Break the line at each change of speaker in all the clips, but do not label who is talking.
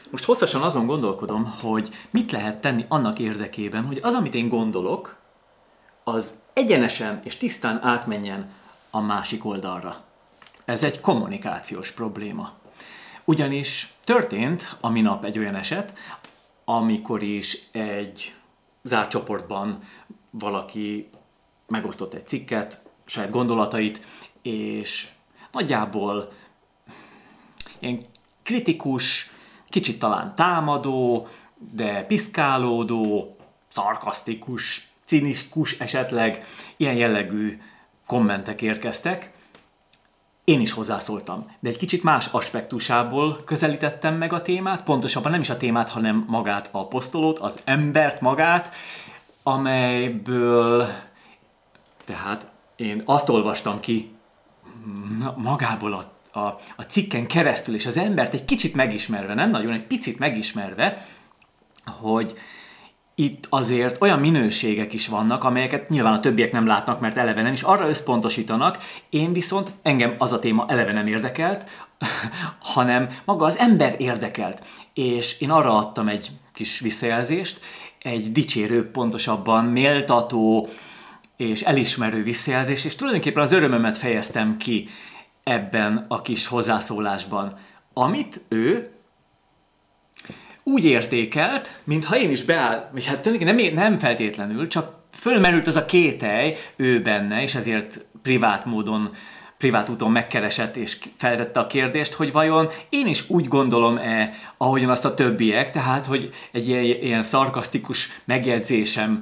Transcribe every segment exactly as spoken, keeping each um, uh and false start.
Most hosszasan azon gondolkodom, hogy mit lehet tenni annak érdekében, hogy az, amit én gondolok, az egyenesen és tisztán átmenjen a másik oldalra. Ez egy kommunikációs probléma. Ugyanis történt a minap egy olyan eset, amikor is egy zárt csoportban valaki megosztott egy cikket, saját gondolatait, és nagyjából ilyen kritikus, kicsit talán támadó, de piszkálódó, szarkasztikus, cinikus esetleg, ilyen jellegű kommentek érkeztek. Én is hozzászóltam, de egy kicsit más aspektusából közelítettem meg a témát, pontosabban nem is a témát, hanem magát a posztolót, az embert magát, amelyből tehát én azt olvastam ki magából a A, a cikken keresztül, és az embert egy kicsit megismerve, nem nagyon, egy picit megismerve, hogy itt azért olyan minőségek is vannak, amelyeket nyilván a többiek nem látnak, mert eleve nem is arra összpontosítanak, én viszont engem az a téma eleve nem érdekelt, hanem maga az ember érdekelt. És én arra adtam egy kis visszajelzést, egy dicsérő, pontosabban méltató és elismerő visszajelzést, és tulajdonképpen az örömömet fejeztem ki ebben a kis hozzászólásban, amit ő úgy értékelt, mintha én is beáll, és hát tulajdonképpen nem, nem feltétlenül, csak fölmerült az a kételj ő benne, és ezért privát módon, privát úton megkeresett, és feltette a kérdést, hogy vajon én is úgy gondolom-e, ahogyan azt a többiek, tehát, hogy egy ilyen, ilyen szarkasztikus megjegyzésem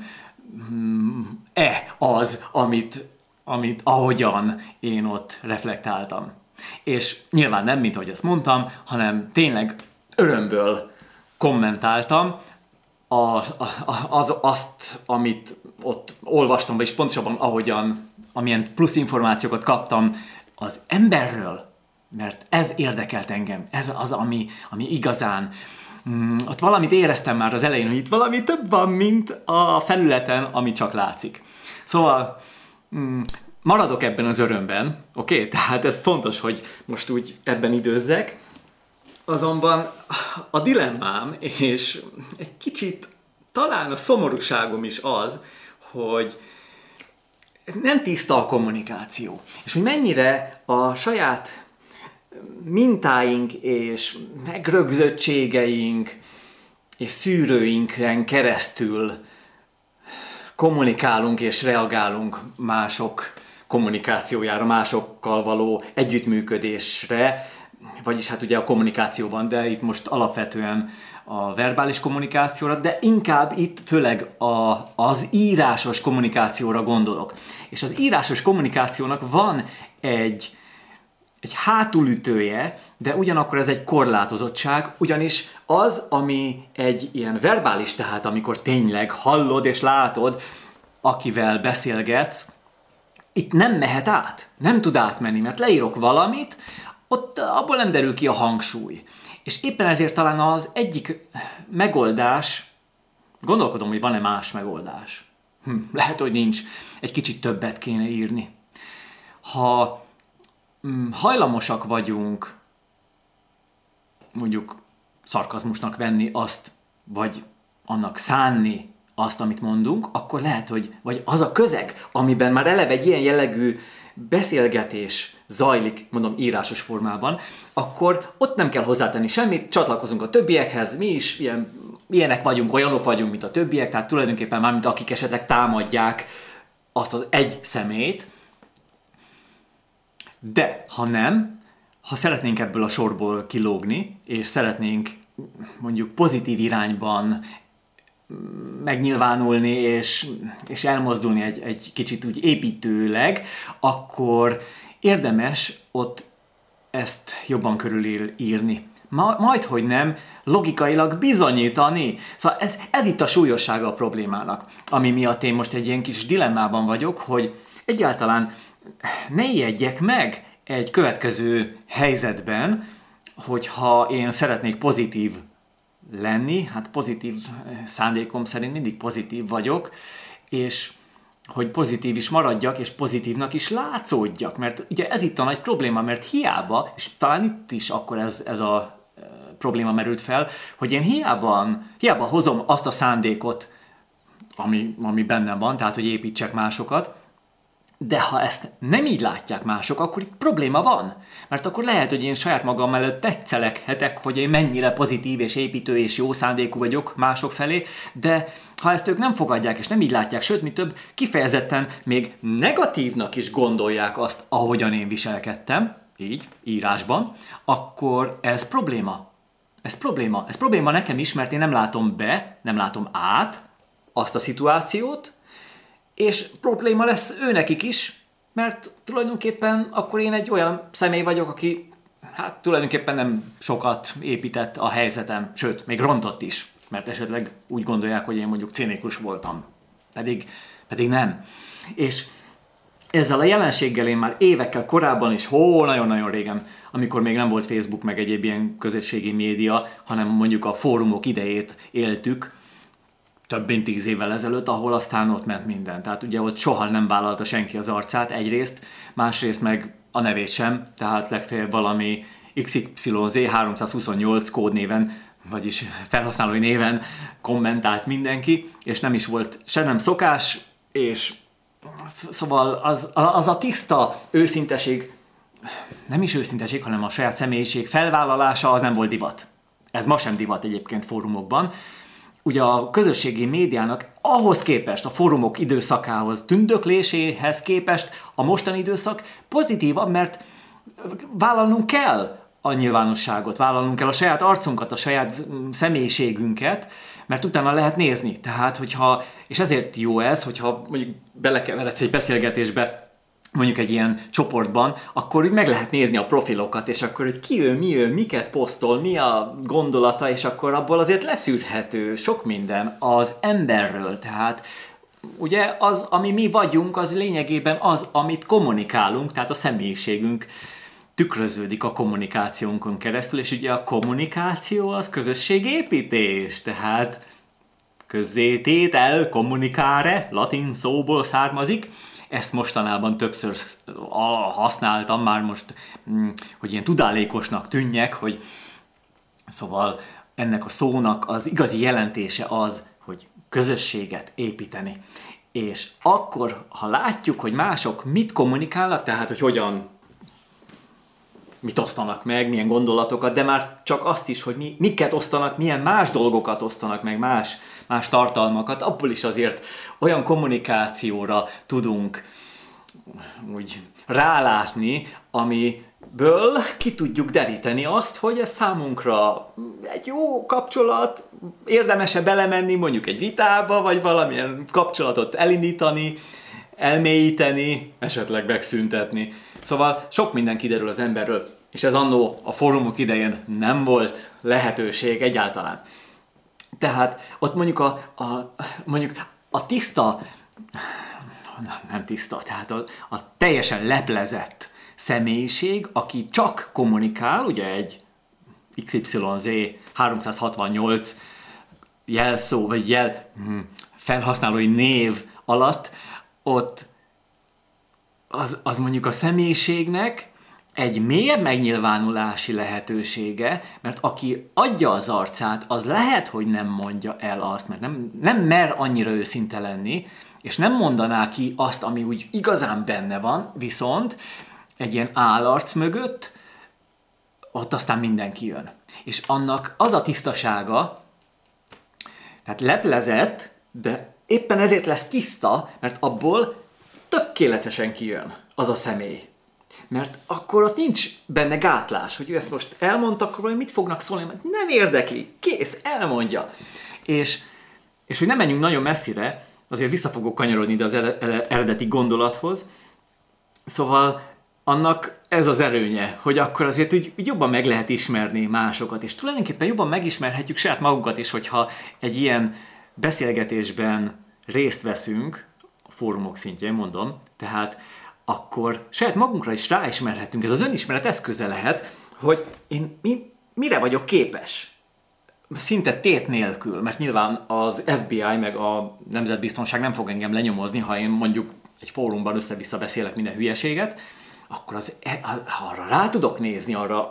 e az, amit amit ahogyan én ott reflektáltam. És nyilván nem, mint ahogy azt mondtam, hanem tényleg örömből kommentáltam a, a, az, azt, amit ott olvastam, és pontosabban ahogyan, amilyen plusz információkat kaptam az emberről, mert ez érdekelt engem, ez az, ami, ami igazán. Mm, ott valamit éreztem már az elején, hogy itt valami több van, mint a felületen, ami csak látszik. Szóval Mm, maradok ebben az örömben, oké? Okay? Tehát ez fontos, hogy most úgy ebben időzzek. Azonban a dilemmám, és egy kicsit talán a szomorúságom is az, hogy nem tiszta a kommunikáció. És hogy mennyire a saját mintáink és megrögzöttségeink és szűrőinken keresztül kommunikálunk és reagálunk mások kommunikációjára, másokkal való együttműködésre, vagyis hát ugye a kommunikációban, de itt most alapvetően a verbális kommunikációra, de inkább itt főleg a, az írásos kommunikációra gondolok. És az írásos kommunikációnak van egy, egy hátulütője, de ugyanakkor ez egy korlátozottság, ugyanis az, ami egy ilyen verbális, tehát amikor tényleg hallod és látod, akivel beszélgetsz, itt nem mehet át, nem tud átmenni, mert leírok valamit, ott abból nem derül ki a hangsúly. És éppen ezért talán az egyik megoldás, gondolkodom, hogy van-e más megoldás. Hm, lehet, hogy nincs, egy kicsit többet kéne írni. Ha hm, hajlamosak vagyunk mondjuk szarkazmusnak venni azt, vagy annak szánni azt, amit mondunk, akkor lehet, hogy vagy az a közeg, amiben már eleve egy ilyen jellegű beszélgetés zajlik, mondom írásos formában, akkor ott nem kell hozzátenni semmit, csatlakozunk a többiekhez, mi is ilyen, ilyenek vagyunk, olyanok vagyunk, mint a többiek, tehát tulajdonképpen már, mint akik esetleg támadják azt az egy szemét. De ha nem, ha szeretnénk ebből a sorból kilógni, és szeretnénk mondjuk pozitív irányban megnyilvánulni, és, és elmozdulni egy, egy kicsit úgy építőleg, akkor érdemes ott ezt jobban körülírni. Ma, majd, hogy nem, logikailag bizonyítani. Szóval ez, ez itt a súlyossága a problémának, ami miatt én most egy ilyen kis dilemmában vagyok, hogy egyáltalán ne ijedjek meg egy következő helyzetben, hogyha én szeretnék pozitív lenni, hát pozitív szándékom szerint mindig pozitív vagyok, és hogy pozitív is maradjak, és pozitívnak is látszódjak, mert ugye ez itt a nagy probléma, mert hiába, és talán itt is akkor ez, ez a probléma merült fel, hogy én hiába, hiába hozom azt a szándékot, ami, ami bennem van, tehát hogy építsek másokat, de ha ezt nem így látják mások, akkor itt probléma van. Mert akkor lehet, hogy én saját magam mellett tetszeleghetek, hogy én mennyire pozitív és építő és jó szándékú vagyok mások felé, de ha ezt ők nem fogadják és nem így látják, sőt, mi több, kifejezetten még negatívnak is gondolják azt, ahogyan én viselkedtem, így, írásban, akkor ez probléma. Ez probléma. Ez probléma nekem is, mert én nem látom be, nem látom át azt a szituációt, és probléma lesz őnekik is, mert tulajdonképpen akkor én egy olyan személy vagyok, aki hát tulajdonképpen nem sokat épített a helyzetem, sőt, még rontott is, mert esetleg úgy gondolják, hogy én mondjuk cinikus voltam. Pedig, pedig nem. És ezzel a jelenséggel én már évekkel korábban is, hó, nagyon-nagyon régen, amikor még nem volt Facebook meg egyéb ilyen közösségi média, hanem mondjuk a fórumok idejét éltük, több mint tíz évvel ezelőtt, ahol aztán ott ment minden. Tehát ugye ott soha nem vállalta senki az arcát egyrészt, másrészt meg a nevét sem, tehát legfeljebb valami iksz ipszilon zé háromszázhuszonnyolc kódnéven, vagyis felhasználói néven kommentált mindenki, és nem is volt se nem szokás, és szóval az, az a tiszta őszinteség, nem is őszinteség, hanem a saját személyiség felvállalása az nem volt divat. Ez ma sem divat egyébként fórumokban. Ugye a közösségi médiának ahhoz képest, a fórumok időszakához, tündökléséhez képest a mostani időszak pozitívabb, mert vállalnunk kell a nyilvánosságot, vállalnunk kell a saját arcunkat, a saját személyiségünket, mert utána lehet nézni. Tehát, hogyha, és ezért jó ez, hogyha mondjuk belekeveredsz egy beszélgetésbe, mondjuk egy ilyen csoportban, akkor úgy meg lehet nézni a profilokat, és akkor, hogy ki ő, mi ő, miket posztol, mi a gondolata, és akkor abból azért leszűrhető sok minden az emberről. Tehát ugye az, ami mi vagyunk, az lényegében az, amit kommunikálunk, tehát a személyiségünk tükröződik a kommunikációnkon keresztül, és ugye a kommunikáció az közösségépítés, tehát közzététel, communicare, latin szóból származik. Ezt mostanában többször használtam, már most, hogy ilyen tudálékosnak tűnjek, hogy szóval ennek a szónak az igazi jelentése az, hogy közösséget építeni. És akkor, ha látjuk, hogy mások mit kommunikálnak, tehát, hogy hogyan, mit osztanak meg, milyen gondolatokat, de már csak azt is, hogy mi, miket osztanak, milyen más dolgokat osztanak meg, más, más tartalmakat, abból is azért olyan kommunikációra tudunk úgy rálátni, amiből ki tudjuk deríteni azt, hogy ez számunkra egy jó kapcsolat, érdemes-e belemenni mondjuk egy vitába, vagy valamilyen kapcsolatot elindítani, elmélyíteni, esetleg megszüntetni. Szóval sok minden kiderül az emberről, és ez annó a fórumok idején nem volt lehetőség egyáltalán. Tehát ott mondjuk a, a, mondjuk a tiszta, nem tiszta, tehát a, a teljesen leplezett személyiség, aki csak kommunikál, ugye egy iksz ipszilon zé háromszázhatvannyolc jelszó, vagy jel felhasználói név alatt, ott Az, az mondjuk a személyiségnek egy mélyebb megnyilvánulási lehetősége, mert aki adja az arcát, az lehet, hogy nem mondja el azt, mert nem, nem mer annyira őszinte lenni, és nem mondaná ki azt, ami úgy igazán benne van, viszont egy ilyen állarc mögött ott aztán mindenki jön. És annak az a tisztasága, tehát leplezett, de éppen ezért lesz tiszta, mert abból tökéletesen kijön az a személy. Mert akkor ott nincs benne gátlás, hogy ő ezt most elmondta, akkor hogy mit fognak szólni, mert nem érdekli, kész, elmondja. És, és hogy nem menjünk nagyon messzire, azért vissza fogok kanyarodni ide az eredeti gondolathoz, szóval annak ez az erőnye, hogy akkor azért úgy, úgy jobban meg lehet ismerni másokat, és tulajdonképpen jobban megismerhetjük saját magunkat is, hogyha egy ilyen beszélgetésben részt veszünk, fórumok szintjén mondom, tehát akkor saját magunkra is ráismerhetünk, ez az önismeret eszköze lehet, hogy én mi, mire vagyok képes. Szinte tét nélkül, mert nyilván az ef bé i meg a nemzetbiztonság nem fog engem lenyomozni, ha én mondjuk egy fórumban össze-vissza beszélek minden hülyeséget, akkor az, arra rá tudok nézni, arra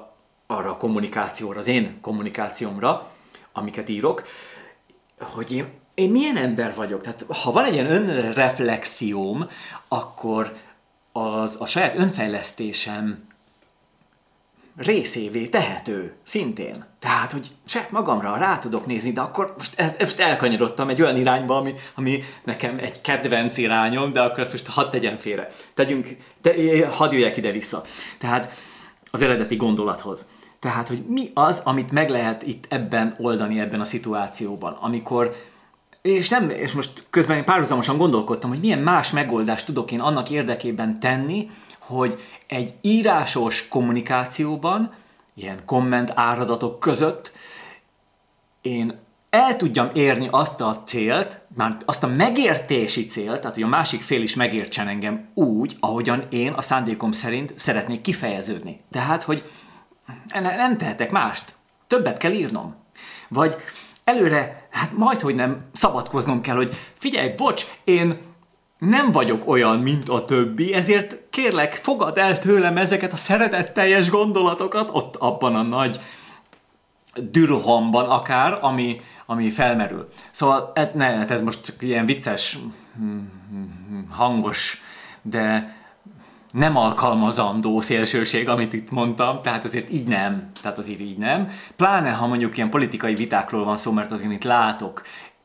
arra a kommunikációra, az én kommunikációmra, amiket írok, hogy én, én milyen ember vagyok. Tehát ha van egy ilyen önreflexióm, akkor az a saját önfejlesztésem részévé tehető szintén. Tehát, hogy saját magamra rá tudok nézni, de akkor most, ezt, most elkanyarodtam egy olyan irányba, ami, ami nekem egy kedvenc irányom, de akkor ezt most hadd tegyen félre. Tegyünk, te, hadd jöjjek ide-vissza. Tehát az eredeti gondolathoz. Tehát, hogy mi az, amit meg lehet itt ebben oldani, ebben a szituációban, amikor, és nem, és most közben párhuzamosan gondolkodtam, hogy milyen más megoldást tudok én annak érdekében tenni, hogy egy írásos kommunikációban, ilyen komment áradatok között én el tudjam érni azt a célt, már azt a megértési célt, tehát hogy a másik fél is megértsen engem úgy, ahogyan én a szándékom szerint szeretnék kifejeződni. Tehát, hogy nem tehetek mást, többet kell írnom. Vagy előre, hát majdhogy nem szabadkoznom kell, hogy figyelj, bocs, én nem vagyok olyan, mint a többi, ezért kérlek, fogadd el tőlem ezeket a szeretetteljes gondolatokat, ott abban a nagy dürhamban akár, ami, ami felmerül. Szóval ez, ne, ez most ilyen vicces, hangos, de nem alkalmazandó szélsőség, amit itt mondtam, tehát azért így nem, tehát azért így nem. Pláne, ha mondjuk ilyen politikai vitákról van szó, mert azért itt látok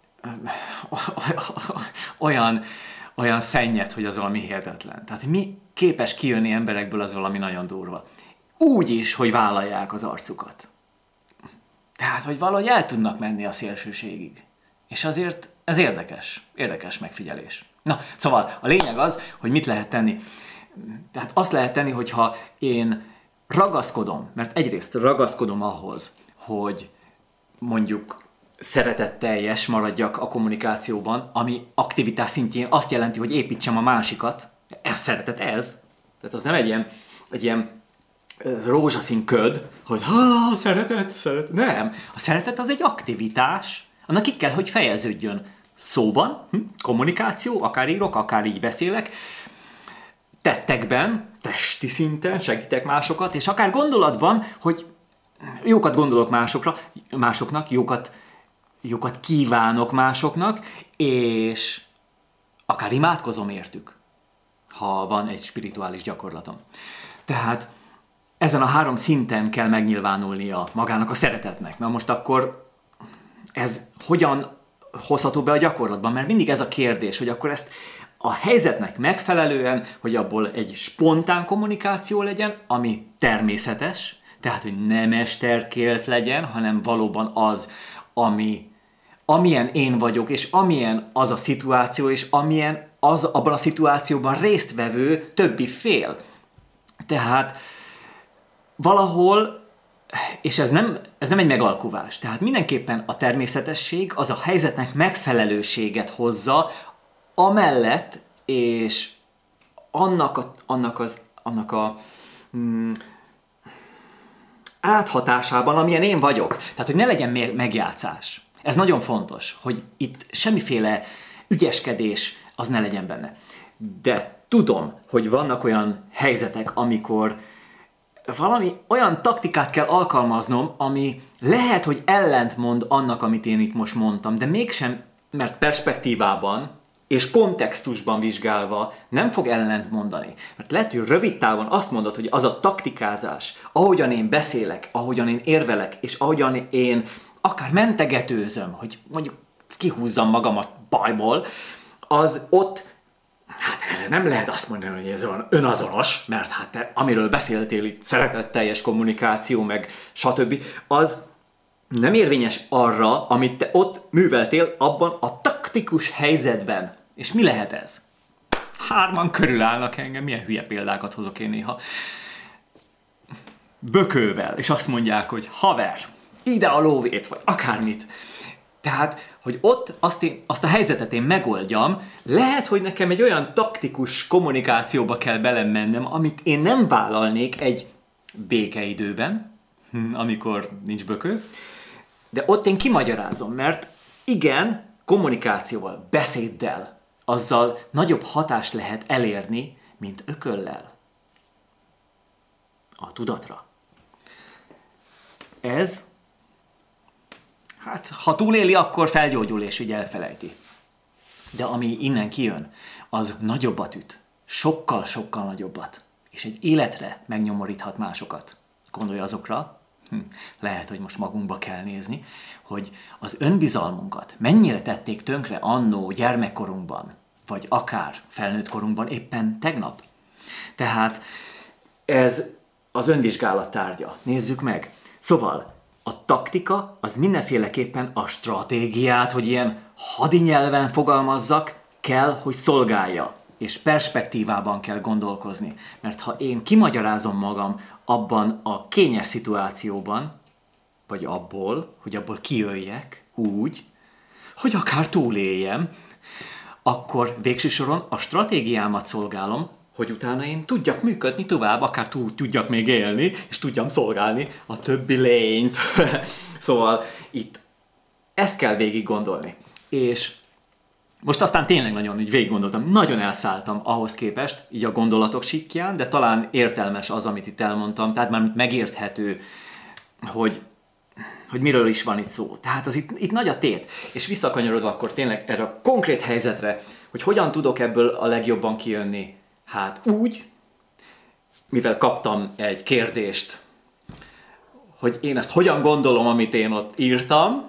olyan, olyan szennyet, hogy az valami hihetetlen. Tehát mi képes kijönni emberekből, az valami nagyon durva. Úgy is, hogy vállalják az arcukat. Tehát, hogy valahogy el tudnak menni a szélsőségig. És azért ez érdekes, érdekes megfigyelés. Na, szóval a lényeg az, hogy mit lehet tenni. Tehát azt lehet tenni, hogyha én ragaszkodom, mert egyrészt ragaszkodom ahhoz, hogy mondjuk szeretetteljes maradjak a kommunikációban, ami aktivitás szintjén azt jelenti, hogy építsem a másikat. Ez szeretet ez. Tehát az nem egy ilyen, egy ilyen rózsaszín köd, hogy ha, szeretet, szeretet. Nem. A szeretet az egy aktivitás. Annak ki kell, hogy fejeződjön szóban, hm? kommunikáció, akár írok, akár így beszélek, tettekben, testi szinten segítek másokat, és akár gondolatban, hogy jókat gondolok másokra, másoknak, jókat, jókat kívánok másoknak, és akár imádkozom értük, ha van egy spirituális gyakorlatom. Tehát ezen a három szinten kell megnyilvánulnia magának a szeretetnek. Na most akkor ez hogyan hozható be a gyakorlatban? Mert mindig ez a kérdés, hogy akkor ezt a helyzetnek megfelelően, hogy abból egy spontán kommunikáció legyen, ami természetes, tehát, hogy nem mesterkélt legyen, hanem valóban az, ami, amilyen én vagyok, és amilyen az a szituáció, és amilyen az abban a szituációban résztvevő többi fél. Tehát valahol, és ez nem, ez nem egy megalkuvás, tehát mindenképpen a természetesség az a helyzetnek megfelelőséget hozza, amellett, és annak a, annak az, annak a mm, áthatásában, amilyen én vagyok. Tehát, hogy ne legyen megjátszás. Ez nagyon fontos, hogy itt semmiféle ügyeskedés az ne legyen benne. De tudom, hogy vannak olyan helyzetek, amikor valami olyan taktikát kell alkalmaznom, ami lehet, hogy ellentmond annak, amit én itt most mondtam, de mégsem, mert perspektívában és kontextusban vizsgálva nem fog ellent mondani. Mert lehet, hogy rövid távon azt mondod, hogy az a taktikázás, ahogyan én beszélek, ahogyan én érvelek, és ahogyan én akár mentegetőzöm, hogy mondjuk kihúzzam magam a bajból, az ott, hát erre nem lehet azt mondani, hogy ez olyan önazonos, mert hát te, amiről beszéltél itt, szeretetteljes kommunikáció, meg stb., az nem érvényes arra, amit te ott műveltél abban a taktikus helyzetben. És mi lehet ez? Hárman körülállnak engem, milyen hülye példákat hozok én néha. Bökővel, és azt mondják, hogy haver, ide a lóvét, vagy akármit. Tehát, hogy ott azt, én, azt a helyzetet én megoldjam, lehet, hogy nekem egy olyan taktikus kommunikációba kell belemennem, amit én nem vállalnék egy békeidőben, amikor nincs bökő, de ott én kimagyarázom, mert igen, kommunikációval, beszéddel, azzal nagyobb hatást lehet elérni, mint ököllel. A tudatra. ez, hát ha túléli, akkor felgyógyul és így elfelejti. De ami innen kijön, az nagyobbat üt. Sokkal-sokkal nagyobbat. És egy életre megnyomoríthat másokat. Gondolj azokra, hm, lehet, hogy most magunkba kell nézni, hogy az önbizalmunkat mennyire tették tönkre annó gyermekkorunkban, vagy akár felnőtt korunkban éppen tegnap. Tehát ez az önvizsgálat tárgya. Nézzük meg. Szóval a taktika az mindenféleképpen a stratégiát, hogy ilyen hadinyelven fogalmazzak, kell, hogy szolgálja. És perspektívában kell gondolkozni. Mert ha én kimagyarázom magam abban a kényes szituációban, vagy abból, hogy abból kijöjjek úgy, hogy akár túléljem, akkor végső soron a stratégiámat szolgálom, hogy utána én tudjak működni tovább, akár túl tudjak még élni, és tudjam szolgálni a többi lényt. Szóval itt ezt kell végig gondolni. És most aztán tényleg nagyon így végig gondoltam, nagyon elszálltam ahhoz képest, így a gondolatok síkján, de talán értelmes az, amit itt elmondtam, tehát már megérthető, hogy, hogy miről is van itt szó. Tehát az itt, itt nagy a tét. És visszakanyarodva akkor tényleg erre a konkrét helyzetre, hogy hogyan tudok ebből a legjobban kijönni. Hát úgy, mivel kaptam egy kérdést, hogy én ezt hogyan gondolom, amit én ott írtam,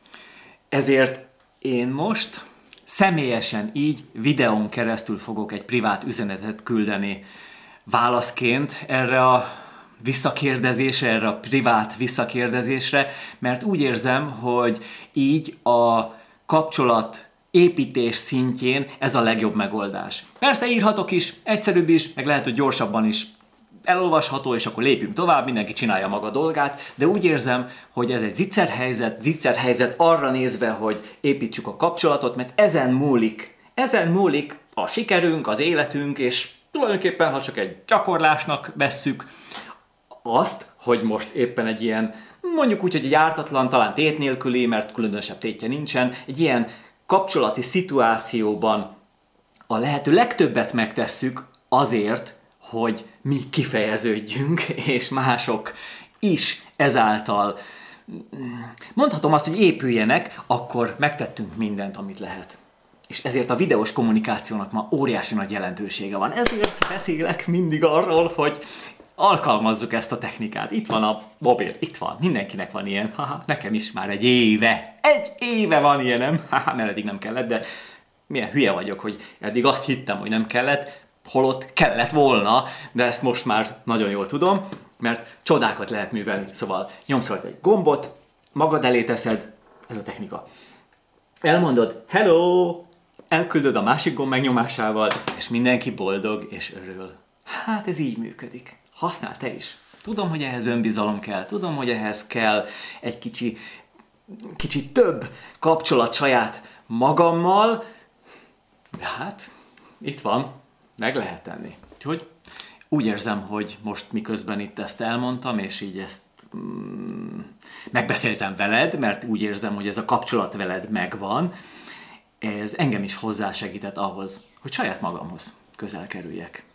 ezért én most személyesen így videón keresztül fogok egy privát üzenetet küldeni válaszként erre a visszakérdezésre, erre a privát visszakérdezésre, mert úgy érzem, hogy így a kapcsolat építés szintjén ez a legjobb megoldás. Persze írhatok is, egyszerűbb is, meg lehet, hogy gyorsabban is elolvasható, és akkor lépjünk tovább, mindenki csinálja maga dolgát, de úgy érzem, hogy ez egy zicser helyzet, zicser helyzet arra nézve, hogy építsük a kapcsolatot, mert ezen múlik, ezen múlik a sikerünk, az életünk, és tulajdonképpen, ha csak egy gyakorlásnak vesszük, azt, hogy most éppen egy ilyen, mondjuk úgy, hogy egy ártatlan, talán tét nélküli, mert különösebb tétje nincsen, egy ilyen kapcsolati szituációban a lehető legtöbbet megtesszük azért, hogy mi kifejeződjünk, és mások is ezáltal, mondhatom azt, hogy épüljenek, akkor megtettünk mindent, amit lehet. És ezért a videós kommunikációnak ma óriási nagy jelentősége van. Ezért beszélek mindig arról, hogy alkalmazzuk ezt a technikát. Itt van a mobil, itt van, mindenkinek van ilyen. Haha, nekem is már egy éve. Egy éve van ilyenem. Haha, mert eddig nem kellett, de milyen hülye vagyok, hogy eddig azt hittem, hogy nem kellett, holott kellett volna, de ezt most már nagyon jól tudom, mert csodákat lehet művelni. Szóval nyomsz rajta egy gombot, magad elé teszed, ez a technika. Elmondod, hello, elküldöd a másik gomb megnyomásával, és mindenki boldog és örül. Hát ez így működik. Használ te is. Tudom, hogy ehhez önbizalom kell, tudom, hogy ehhez kell egy kicsi, kicsi több kapcsolat saját magammal, de hát itt van, meg lehet tenni. Úgyhogy úgy érzem, hogy most miközben itt ezt elmondtam, és így ezt mm, megbeszéltem veled, mert úgy érzem, hogy ez a kapcsolat veled megvan, ez engem is hozzásegített ahhoz, hogy saját magamhoz közel kerüljek.